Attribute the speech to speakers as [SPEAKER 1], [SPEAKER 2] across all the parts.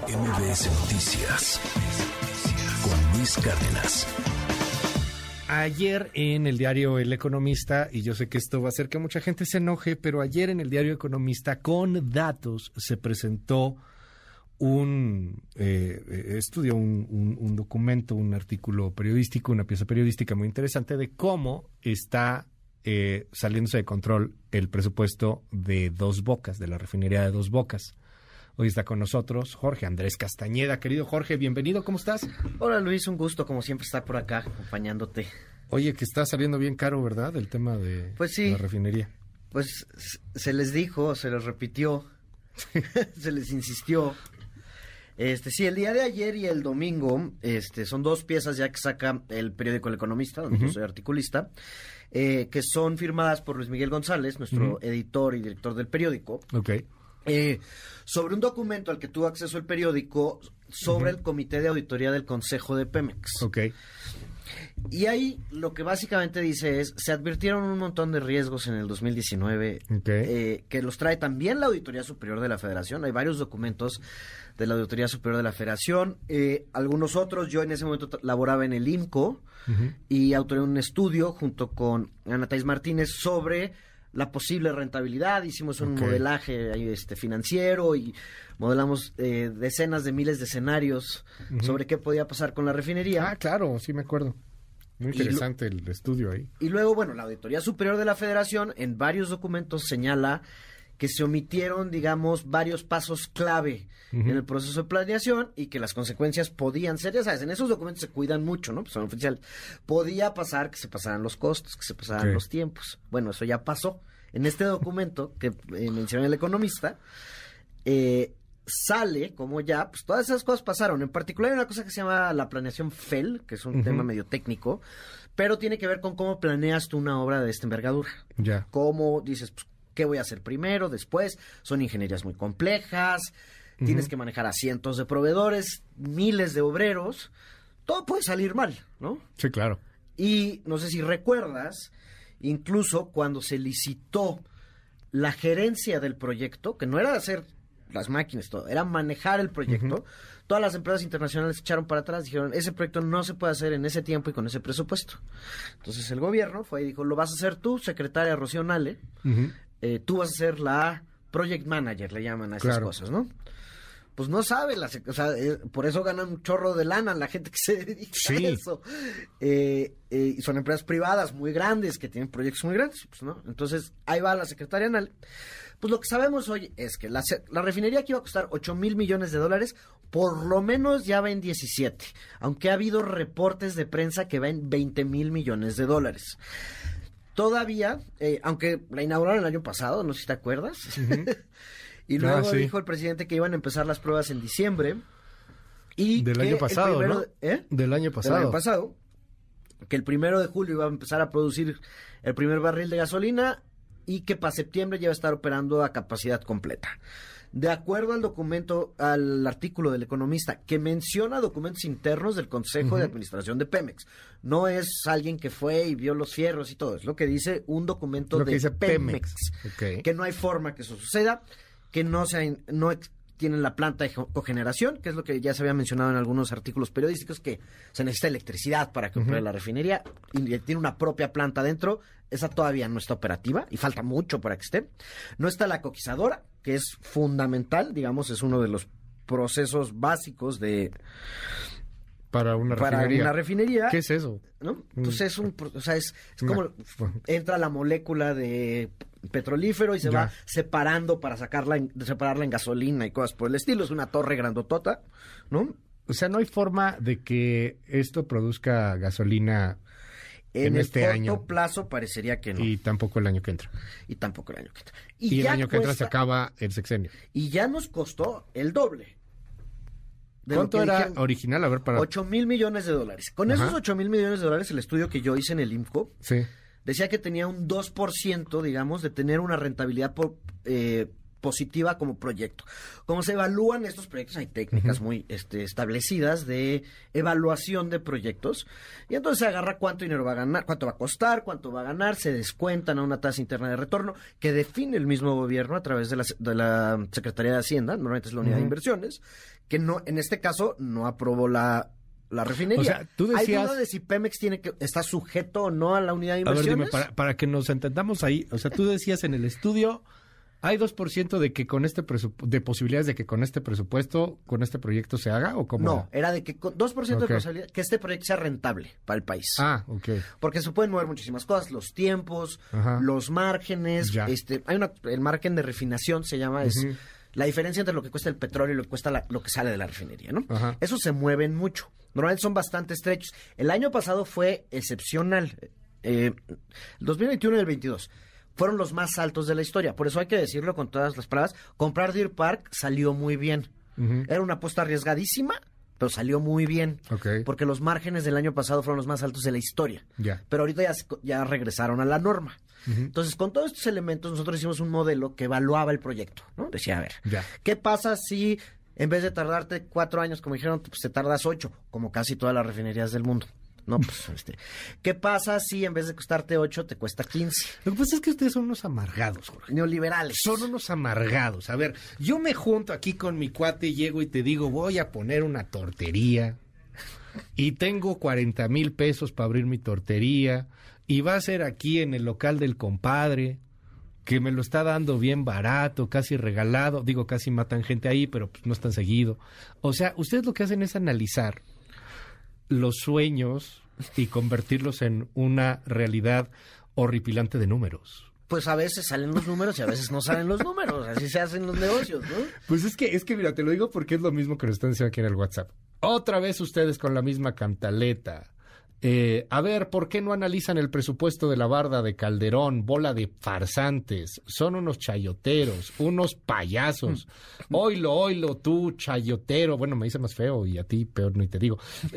[SPEAKER 1] MBS Noticias con Luis Cárdenas.
[SPEAKER 2] Ayer en el diario El Economista, y yo sé que esto va a hacer que mucha gente se enoje, pero ayer en el diario Economista con datos se presentó un estudio, un documento, un artículo periodístico, una pieza periodística muy interesante de cómo está saliéndose de control el presupuesto de Dos Bocas, de la refinería de Dos Bocas. Hoy está con nosotros Jorge Andrés Castañeda. Querido Jorge, bienvenido, ¿cómo estás?
[SPEAKER 3] Hola Luis, un gusto como siempre estar por acá acompañándote.
[SPEAKER 2] Oye, que está saliendo bien caro, ¿verdad? El tema de
[SPEAKER 3] pues sí,
[SPEAKER 2] la refinería.
[SPEAKER 3] Pues se les dijo, se les repitió, se les insistió. Sí, el día de ayer y el domingo, son dos piezas ya que saca el periódico El Economista, donde yo soy articulista, que son firmadas por Luis Miguel González, nuestro editor y director del periódico.
[SPEAKER 2] Okay.
[SPEAKER 3] Sobre un documento al que tuvo acceso el periódico sobre el Comité de Auditoría del Consejo de Pemex.
[SPEAKER 2] Okay.
[SPEAKER 3] Y ahí lo que básicamente dice es, se advirtieron un montón de riesgos en el 2019, que los trae también la Auditoría Superior de la Federación. Hay varios documentos de la Auditoría Superior de la Federación, algunos otros. Yo en ese momento laboraba en el IMCO y autoré un estudio junto con Ana Thais Martínez sobre la posible rentabilidad. Hicimos un modelaje financiero y modelamos decenas de miles de escenarios sobre qué podía pasar con la refinería.
[SPEAKER 2] Ah, claro, sí me acuerdo. Muy interesante el estudio ahí.
[SPEAKER 3] Y luego, bueno, la Auditoría Superior de la Federación en varios documentos señala que se omitieron, digamos, varios pasos clave en el proceso de planeación y que las consecuencias podían ser, ya sabes, en esos documentos se cuidan mucho, ¿no? Pues son oficiales. Podía pasar que se pasaran los costos, que se pasaran los tiempos. Bueno, eso ya pasó. En este documento que mencionó El Economista, sale como ya, pues todas esas cosas pasaron. En particular hay una cosa que se llama la planeación FEL, que es un tema medio técnico, pero tiene que ver con cómo planeas tú una obra de esta envergadura.
[SPEAKER 2] Ya.
[SPEAKER 3] Cómo dices, pues, ¿qué voy a hacer primero, después? Son ingenierías muy complejas, tienes que manejar a cientos de proveedores, miles de obreros, todo puede salir mal, ¿no?
[SPEAKER 2] Sí, claro.
[SPEAKER 3] Y no sé si recuerdas, incluso cuando se licitó la gerencia del proyecto, que no era hacer las máquinas, todo, era manejar el proyecto, todas las empresas internacionales se echaron para atrás, dijeron, ese proyecto no se puede hacer en ese tiempo y con ese presupuesto. Entonces el gobierno fue y dijo, lo vas a hacer tú, secretaria Rocío Nale, tú vas a ser la project manager, le llaman a esas cosas, ¿no? Pues no sabe, por eso ganan un chorro de lana la gente que se dedica a eso. Y son empresas privadas muy grandes, que tienen proyectos muy grandes, pues, ¿no? Entonces, ahí va la secretaria Nale. Pues lo que sabemos hoy es que la refinería que iba a costar 8,000 millones de dólares, por lo menos ya va en 17, aunque ha habido reportes de prensa que va en 20,000 millones de dólares. Todavía, aunque la inauguraron el año pasado, no sé si te acuerdas, y luego dijo el presidente que iban a empezar las pruebas en diciembre. Y
[SPEAKER 2] del año pasado, ¿no? Del año pasado.
[SPEAKER 3] Del año pasado, que el 1 de julio iba a empezar a producir el primer barril de gasolina y que para septiembre ya va a estar operando a capacidad completa. De acuerdo al documento, al artículo del Economista, que menciona documentos internos del Consejo de Administración de Pemex. No es alguien que fue y vio los fierros y todo. Es lo que dice un documento de
[SPEAKER 2] dice
[SPEAKER 3] Pemex. Que no hay forma que eso suceda, que no tienen la planta de cogeneración, que es lo que ya se había mencionado en algunos artículos periodísticos, que se necesita electricidad para que opere la refinería, y tiene una propia planta dentro. Esa todavía no está operativa y falta mucho para que esté. No está la coquizadora, que es fundamental, digamos, es uno de los procesos básicos
[SPEAKER 2] para una
[SPEAKER 3] refinería.
[SPEAKER 2] ¿Qué es eso?
[SPEAKER 3] ¿No? Entonces es como entra la molécula de petrolífero y se va separando para separarla en gasolina y cosas por el estilo. Es una torre grandotota, ¿no? O
[SPEAKER 2] sea, no hay forma de que esto produzca gasolina en este año.
[SPEAKER 3] En el corto plazo parecería que no.
[SPEAKER 2] Y tampoco el año que entra.
[SPEAKER 3] Y
[SPEAKER 2] el año que entra se acaba el sexenio.
[SPEAKER 3] Y ya nos costó el doble.
[SPEAKER 2] ¿Cuánto era original? A ver, para
[SPEAKER 3] 8,000 millones de dólares. Con esos 8,000 millones de dólares, el estudio que yo hice en el IMCO decía que tenía un 2%, digamos, de tener una rentabilidad positiva como proyecto. Como se evalúan estos proyectos, hay técnicas muy establecidas de evaluación de proyectos, y entonces se agarra cuánto dinero va a ganar, cuánto va a costar, cuánto va a ganar, se descuentan a una tasa interna de retorno que define el mismo gobierno a través de la Secretaría de Hacienda, normalmente es la unidad de inversiones, que no, en este caso no aprobó la refinería.
[SPEAKER 2] O sea, tú decías...
[SPEAKER 3] ¿Hay duda de si Pemex está sujeto o no a la unidad de inversiones?
[SPEAKER 2] A ver, dime, para que nos entendamos ahí, o sea, tú decías en el estudio, ¿hay 2% de que con de posibilidades de que con este presupuesto, con este proyecto se haga o cómo?
[SPEAKER 3] No, era de que con 2% de posibilidad que este proyecto sea rentable para el país.
[SPEAKER 2] Ah, ok.
[SPEAKER 3] Porque se pueden mover muchísimas cosas, los tiempos, los márgenes, el margen de refinación se llama, es la diferencia entre lo que cuesta el petróleo y lo que cuesta lo que sale de la refinería, ¿no? Eso se mueven mucho. Normalmente son bastante estrechos. El año pasado fue excepcional. El 2021 y el 22 fueron los más altos de la historia. Por eso hay que decirlo con todas las palabras. Comprar Deer Park salió muy bien. Era una apuesta arriesgadísima, pero salió muy bien. Porque los márgenes del año pasado fueron los más altos de la historia. Pero ahorita ya regresaron a la norma. Entonces, con todos estos elementos, nosotros hicimos un modelo que evaluaba el proyecto, ¿no? Decía, a ver, ¿qué pasa si en vez de tardarte 4 años, como dijeron, pues te tardas 8, como casi todas las refinerías del mundo? No, pues, ¿qué pasa si en vez de costarte 8 te cuesta 15?
[SPEAKER 2] Lo que pasa es que ustedes son unos amargados, Jorge.
[SPEAKER 3] Neoliberales.
[SPEAKER 2] Son unos amargados. A ver, yo me junto aquí con mi cuate, llego y te digo, voy a poner una tortería y tengo 40,000 pesos para abrir mi tortería y va a ser aquí en el local del compadre, que me lo está dando bien barato, casi regalado. Digo, casi matan gente ahí, pero pues no es tan seguido. O sea, ustedes lo que hacen es analizar los sueños y convertirlos en una realidad horripilante de números.
[SPEAKER 3] Pues a veces salen los números y a veces no salen los números. Así se hacen los negocios, ¿no?
[SPEAKER 2] Pues es que mira, te lo digo porque es lo mismo que nos están diciendo aquí en el WhatsApp. Otra vez ustedes con la misma cantaleta. A ver, ¿por qué no analizan el presupuesto de la barda de Calderón? Bola de farsantes. Son unos chayoteros, unos payasos. Oilo, tú, chayotero. Bueno, me dice más feo y a ti peor ni te digo.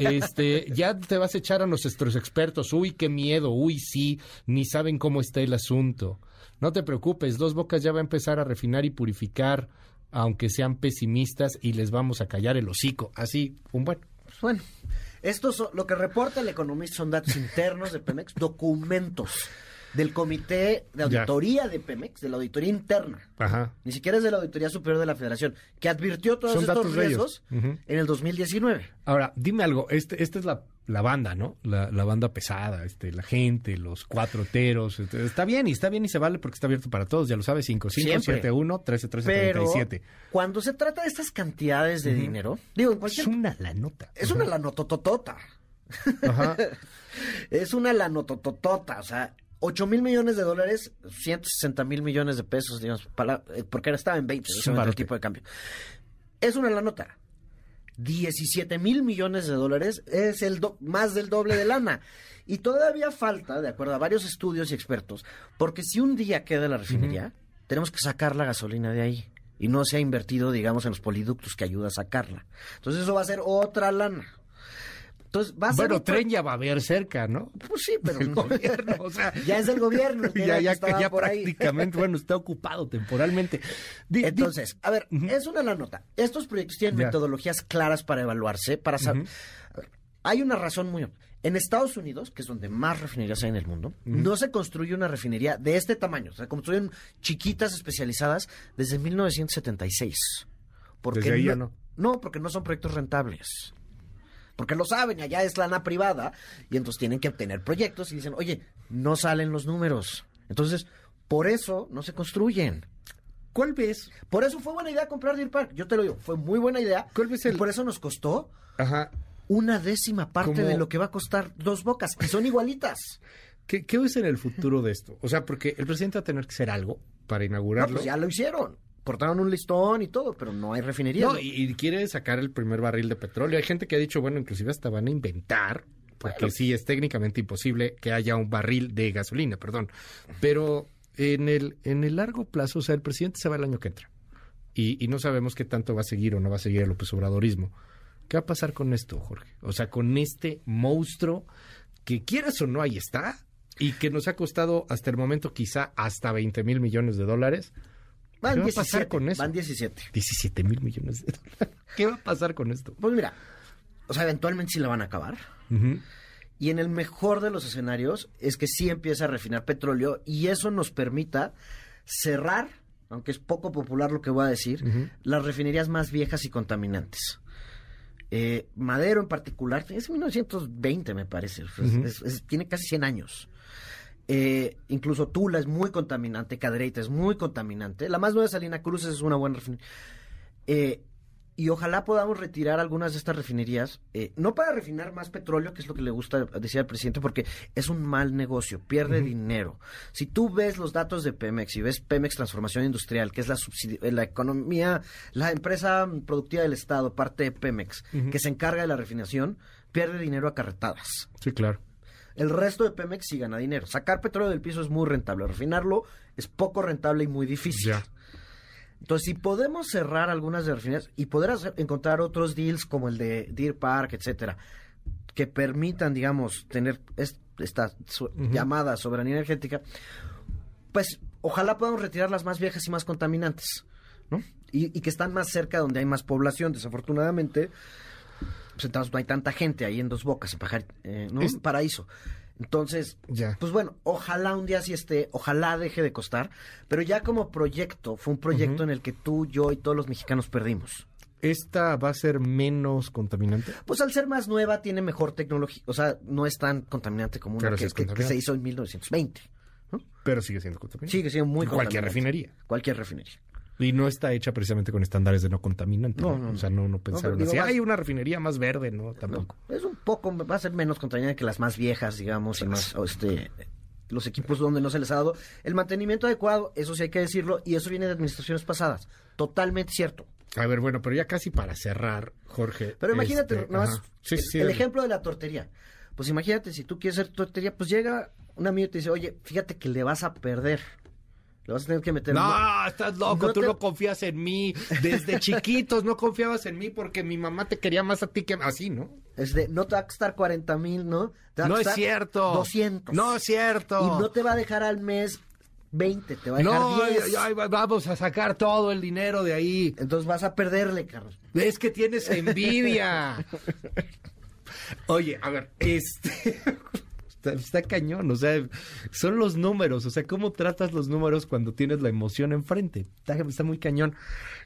[SPEAKER 2] Ya te vas a echar a nuestros expertos. Uy, qué miedo. Uy, sí. Ni saben cómo está el asunto. No te preocupes. Dos Bocas ya va a empezar a refinar y purificar, aunque sean pesimistas, y les vamos a callar el hocico. Así,
[SPEAKER 3] Bueno. Lo que reporta el Economista son datos internos de Pemex, documentos del Comité de Auditoría de Pemex, de la auditoría interna. Ni siquiera es de la Auditoría Superior de la Federación, que advirtió todos estos riesgos en el 2019.
[SPEAKER 2] Ahora, dime algo, esta es la banda, ¿no? La banda pesada, la gente, los cuatroteros. Está bien y se vale porque está abierto para todos, ya lo sabes, 5571-131337.
[SPEAKER 3] Pero cuando se trata de estas cantidades de dinero, digo, en cualquier...
[SPEAKER 2] Es una lanota.
[SPEAKER 3] Es una lanotototota. Es una lanotototota, o sea, 8,000 millones de dólares, 160,000 millones de pesos, digamos, porque ahora estaba en 20, el tipo de cambio. Es una lanota. 17,000 millones de dólares es más del doble de lana. Y todavía falta, de acuerdo a varios estudios y expertos, porque si un día queda la refinería, tenemos que sacar la gasolina de ahí. Y no se ha invertido, digamos, en los poliductos que ayuda a sacarla. Entonces eso va a ser otra lana. Entonces,
[SPEAKER 2] tren ya va a haber cerca, ¿no?
[SPEAKER 3] Pues sí, pero
[SPEAKER 2] el gobierno, o sea,
[SPEAKER 3] ya es del gobierno.
[SPEAKER 2] ya prácticamente, está ocupado temporalmente.
[SPEAKER 3] Entonces, a ver, es una la nota. Estos proyectos tienen metodologías claras para evaluarse, para saber. A ver, hay una razón muy... En Estados Unidos, que es donde más refinerías hay en el mundo, no se construye una refinería de este tamaño. Se construyen chiquitas especializadas desde 1976. Porque
[SPEAKER 2] desde ahí ya no.
[SPEAKER 3] No, porque no son proyectos rentables. Porque lo saben, allá es lana privada, y entonces tienen que obtener proyectos y dicen, oye, no salen los números. Entonces, por eso no se construyen.
[SPEAKER 2] ¿Cuál ves?
[SPEAKER 3] Por eso fue buena idea comprar Deer Park. Yo te lo digo, fue muy buena idea.
[SPEAKER 2] ¿Cuál ves
[SPEAKER 3] y por eso nos costó 1/10 parte de lo que va a costar Dos Bocas, y son igualitas.
[SPEAKER 2] ¿Qué ves en el futuro de esto? O sea, porque el presidente va a tener que hacer algo para inaugurarlo.
[SPEAKER 3] No, pues ya lo hicieron. Cortaron un listón y todo, pero no hay refinería.
[SPEAKER 2] No, y quiere sacar el primer barril de petróleo. Hay gente que ha dicho, bueno, inclusive hasta van a inventar, porque sí es técnicamente imposible que haya un barril de gasolina, perdón. Pero en el largo plazo, o sea, el presidente se va el año que entra. Y no sabemos qué tanto va a seguir o no va a seguir el López Obradorismo. ¿Qué va a pasar con esto, Jorge? O sea, con este monstruo que quieras o no, ahí está, y que nos ha costado hasta el momento quizá hasta 20,000 millones de dólares.
[SPEAKER 3] Van
[SPEAKER 2] ¿Qué va a
[SPEAKER 3] 17,
[SPEAKER 2] pasar con eso?
[SPEAKER 3] Van 17.
[SPEAKER 2] 17 mil millones de dólares. ¿Qué va a pasar con esto?
[SPEAKER 3] Pues mira, o sea, eventualmente sí la van a acabar.
[SPEAKER 2] Ujú.
[SPEAKER 3] Y en el mejor de los escenarios es que sí empieza a refinar petróleo y eso nos permita cerrar, aunque es poco popular lo que voy a decir, las refinerías más viejas y contaminantes. Madero en particular, es 1920 me parece, tiene casi 100 años. Incluso Tula es muy contaminante, Cadereyta es muy contaminante. La más nueva Salina Cruz es una buena refinería. Y ojalá podamos retirar algunas de estas refinerías, no para refinar más petróleo, que es lo que le gusta decir al presidente, porque es un mal negocio, pierde dinero. Si tú ves los datos de Pemex y ves Pemex Transformación Industrial, que es la economía, la empresa productiva del Estado, parte de Pemex, que se encarga de la refinación, pierde dinero a carretadas.
[SPEAKER 2] Sí, claro.
[SPEAKER 3] El resto de Pemex sí gana dinero. Sacar petróleo del piso es muy rentable, refinarlo es poco rentable y muy difícil.
[SPEAKER 2] Ya.
[SPEAKER 3] Entonces, si podemos cerrar algunas de refinerías y poder encontrar otros deals como el de Deer Park, etcétera, que permitan, digamos, tener esta llamada soberanía energética, pues ojalá podamos retirar las más viejas y más contaminantes, ¿no? Y que están más cerca donde hay más población. Desafortunadamente, pues entonces no hay tanta gente ahí en Dos Bocas, en ¿no? Paraíso. Entonces, pues bueno, ojalá un día sí esté, ojalá deje de costar, pero ya como proyecto, fue un proyecto en el que tú, yo y todos los mexicanos perdimos.
[SPEAKER 2] ¿Esta va a ser menos contaminante?
[SPEAKER 3] Pues al ser más nueva tiene mejor tecnología, o sea, no es tan contaminante como una que se hizo en 1920, ¿no?
[SPEAKER 2] Pero sigue siendo contaminante.
[SPEAKER 3] Sigue siendo muy contaminante.
[SPEAKER 2] Cualquier refinería.
[SPEAKER 3] Cualquier refinería.
[SPEAKER 2] Y no está hecha precisamente con estándares de no contaminante. No. O sea, no pensaron así. Hay una refinería más verde, ¿no? Tampoco.
[SPEAKER 3] No, es un poco, va a ser menos contaminante que las más viejas, digamos, y más, los equipos donde no se les ha dado el mantenimiento adecuado, eso sí hay que decirlo, y eso viene de administraciones pasadas. Totalmente cierto.
[SPEAKER 2] A ver, bueno, pero ya casi para cerrar, Jorge.
[SPEAKER 3] Pero imagínate, nada más, el
[SPEAKER 2] dale.
[SPEAKER 3] ejemplo de la tortería. Pues imagínate, si tú quieres hacer tortería, pues llega un amigo y te dice, oye, fíjate que le vas a perder. Le vas a tener que meter...
[SPEAKER 2] No, estás loco, tú no confías en mí. Desde chiquitos no confiabas en mí porque mi mamá te quería más a ti que... Así, ¿no?
[SPEAKER 3] No te va a costar 40,000, ¿no?
[SPEAKER 2] No es cierto.
[SPEAKER 3] 200.
[SPEAKER 2] No es cierto.
[SPEAKER 3] Y no te va a dejar al mes 20, te va a dejar 10.
[SPEAKER 2] Vamos a sacar todo el dinero de ahí.
[SPEAKER 3] Entonces vas a perderle, Carlos.
[SPEAKER 2] Es que tienes envidia. Oye, a ver, Está cañón, o sea, son los números, o sea, ¿cómo tratas los números cuando tienes la emoción enfrente? Está muy cañón.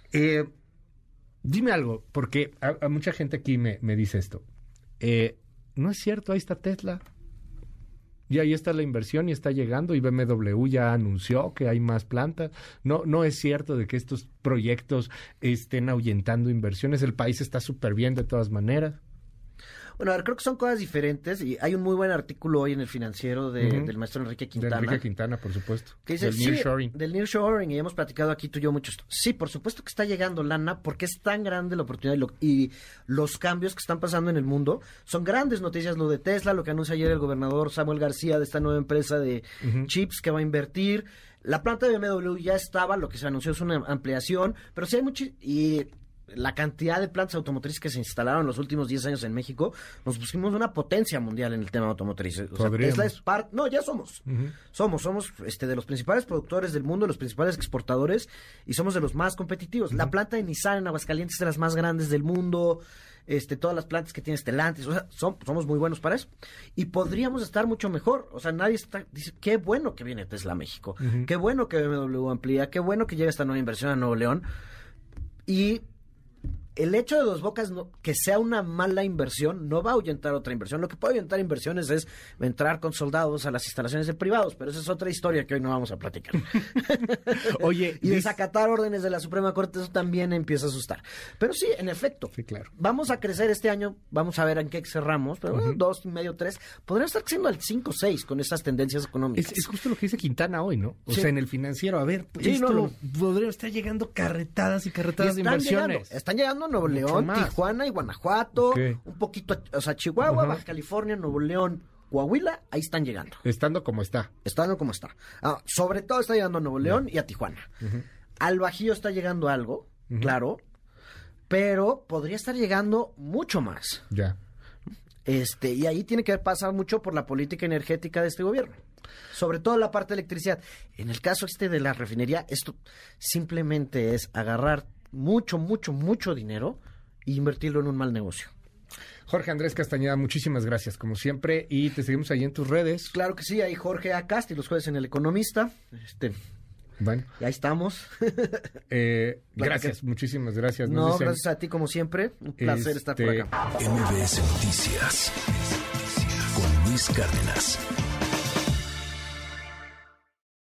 [SPEAKER 2] Dime algo, porque a mucha gente aquí me dice esto. No es cierto, ahí está Tesla. Y ahí está la inversión y está llegando y BMW ya anunció que hay más plantas. No es cierto de que estos proyectos estén ahuyentando inversiones. El país está súper bien de todas maneras.
[SPEAKER 3] Bueno, a ver, creo que son cosas diferentes y hay un muy buen artículo hoy en el Financiero del maestro Enrique Quintana.
[SPEAKER 2] De Enrique Quintana, por supuesto.
[SPEAKER 3] Que dice,
[SPEAKER 2] del nearshoring.
[SPEAKER 3] Del nearshoring, y hemos platicado aquí tú y yo mucho esto. Sí, por supuesto que está llegando lana porque es tan grande la oportunidad y los cambios que están pasando en el mundo. Son grandes noticias lo de Tesla, lo que anuncia ayer el gobernador Samuel García de esta nueva empresa de chips que va a invertir. La planta de BMW ya estaba, lo que se anunció es una ampliación, pero sí hay mucho... Y la cantidad de plantas automotrices que se instalaron en los últimos 10 años en México, nos pusimos una potencia mundial en el tema automotriz. O sea, Tesla es parte... No, ya somos. Somos de los principales productores del mundo, los principales exportadores, y somos de los más competitivos. La planta de Nissan en Aguascalientes es de las más grandes del mundo. Todas las plantas que tiene Stellantis, o sea, somos muy buenos para eso. Y podríamos estar mucho mejor. O sea, dice, qué bueno que viene Tesla a México. Qué bueno que BMW amplía. Qué bueno que llega esta nueva inversión a Nuevo León. Y el hecho de Dos Bocas que sea una mala inversión no va a ahuyentar otra inversión. Lo que puede ahuyentar inversiones es entrar con soldados a las instalaciones de privados, pero esa es otra historia que hoy no vamos a platicar.
[SPEAKER 2] Oye,
[SPEAKER 3] y desacatar órdenes de la Suprema Corte, eso también empieza a asustar. Pero sí, en efecto,
[SPEAKER 2] sí, claro.
[SPEAKER 3] Vamos a crecer este año, vamos a ver en qué cerramos, pero 2,5, 3, podríamos estar creciendo al 5, 6 con esas tendencias económicas.
[SPEAKER 2] Es justo lo que dice Quintana hoy, ¿no? O
[SPEAKER 3] sí.
[SPEAKER 2] sea, en el Financiero, a ver,
[SPEAKER 3] sí,
[SPEAKER 2] podría estar llegando carretadas y carretadas de inversiones.
[SPEAKER 3] Están llegando Nuevo León, Tijuana y Guanajuato, un poquito, o sea, Chihuahua, Baja California, Nuevo León, Coahuila, ahí están llegando.
[SPEAKER 2] Estando como está.
[SPEAKER 3] Sobre todo está llegando a Nuevo León y a Tijuana. Al Bajío está llegando algo, claro, pero podría estar llegando mucho más.
[SPEAKER 2] Ya.
[SPEAKER 3] Y ahí tiene que pasar mucho por la política energética de este gobierno. Sobre todo la parte de electricidad. En el caso de la refinería, esto simplemente es agarrar mucho dinero e invertirlo en un mal negocio.
[SPEAKER 2] Jorge Andrés Castañeda, muchísimas gracias, como siempre, y te seguimos ahí en tus redes.
[SPEAKER 3] Claro que sí, ahí Jorge A. Casti, los jueves en El Economista.
[SPEAKER 2] Bueno.
[SPEAKER 3] Y ahí estamos.
[SPEAKER 2] Gracias, muchísimas gracias.
[SPEAKER 3] No, gracias a ti como siempre. Un placer estar por acá.
[SPEAKER 1] MBS Noticias con Luis Cárdenas.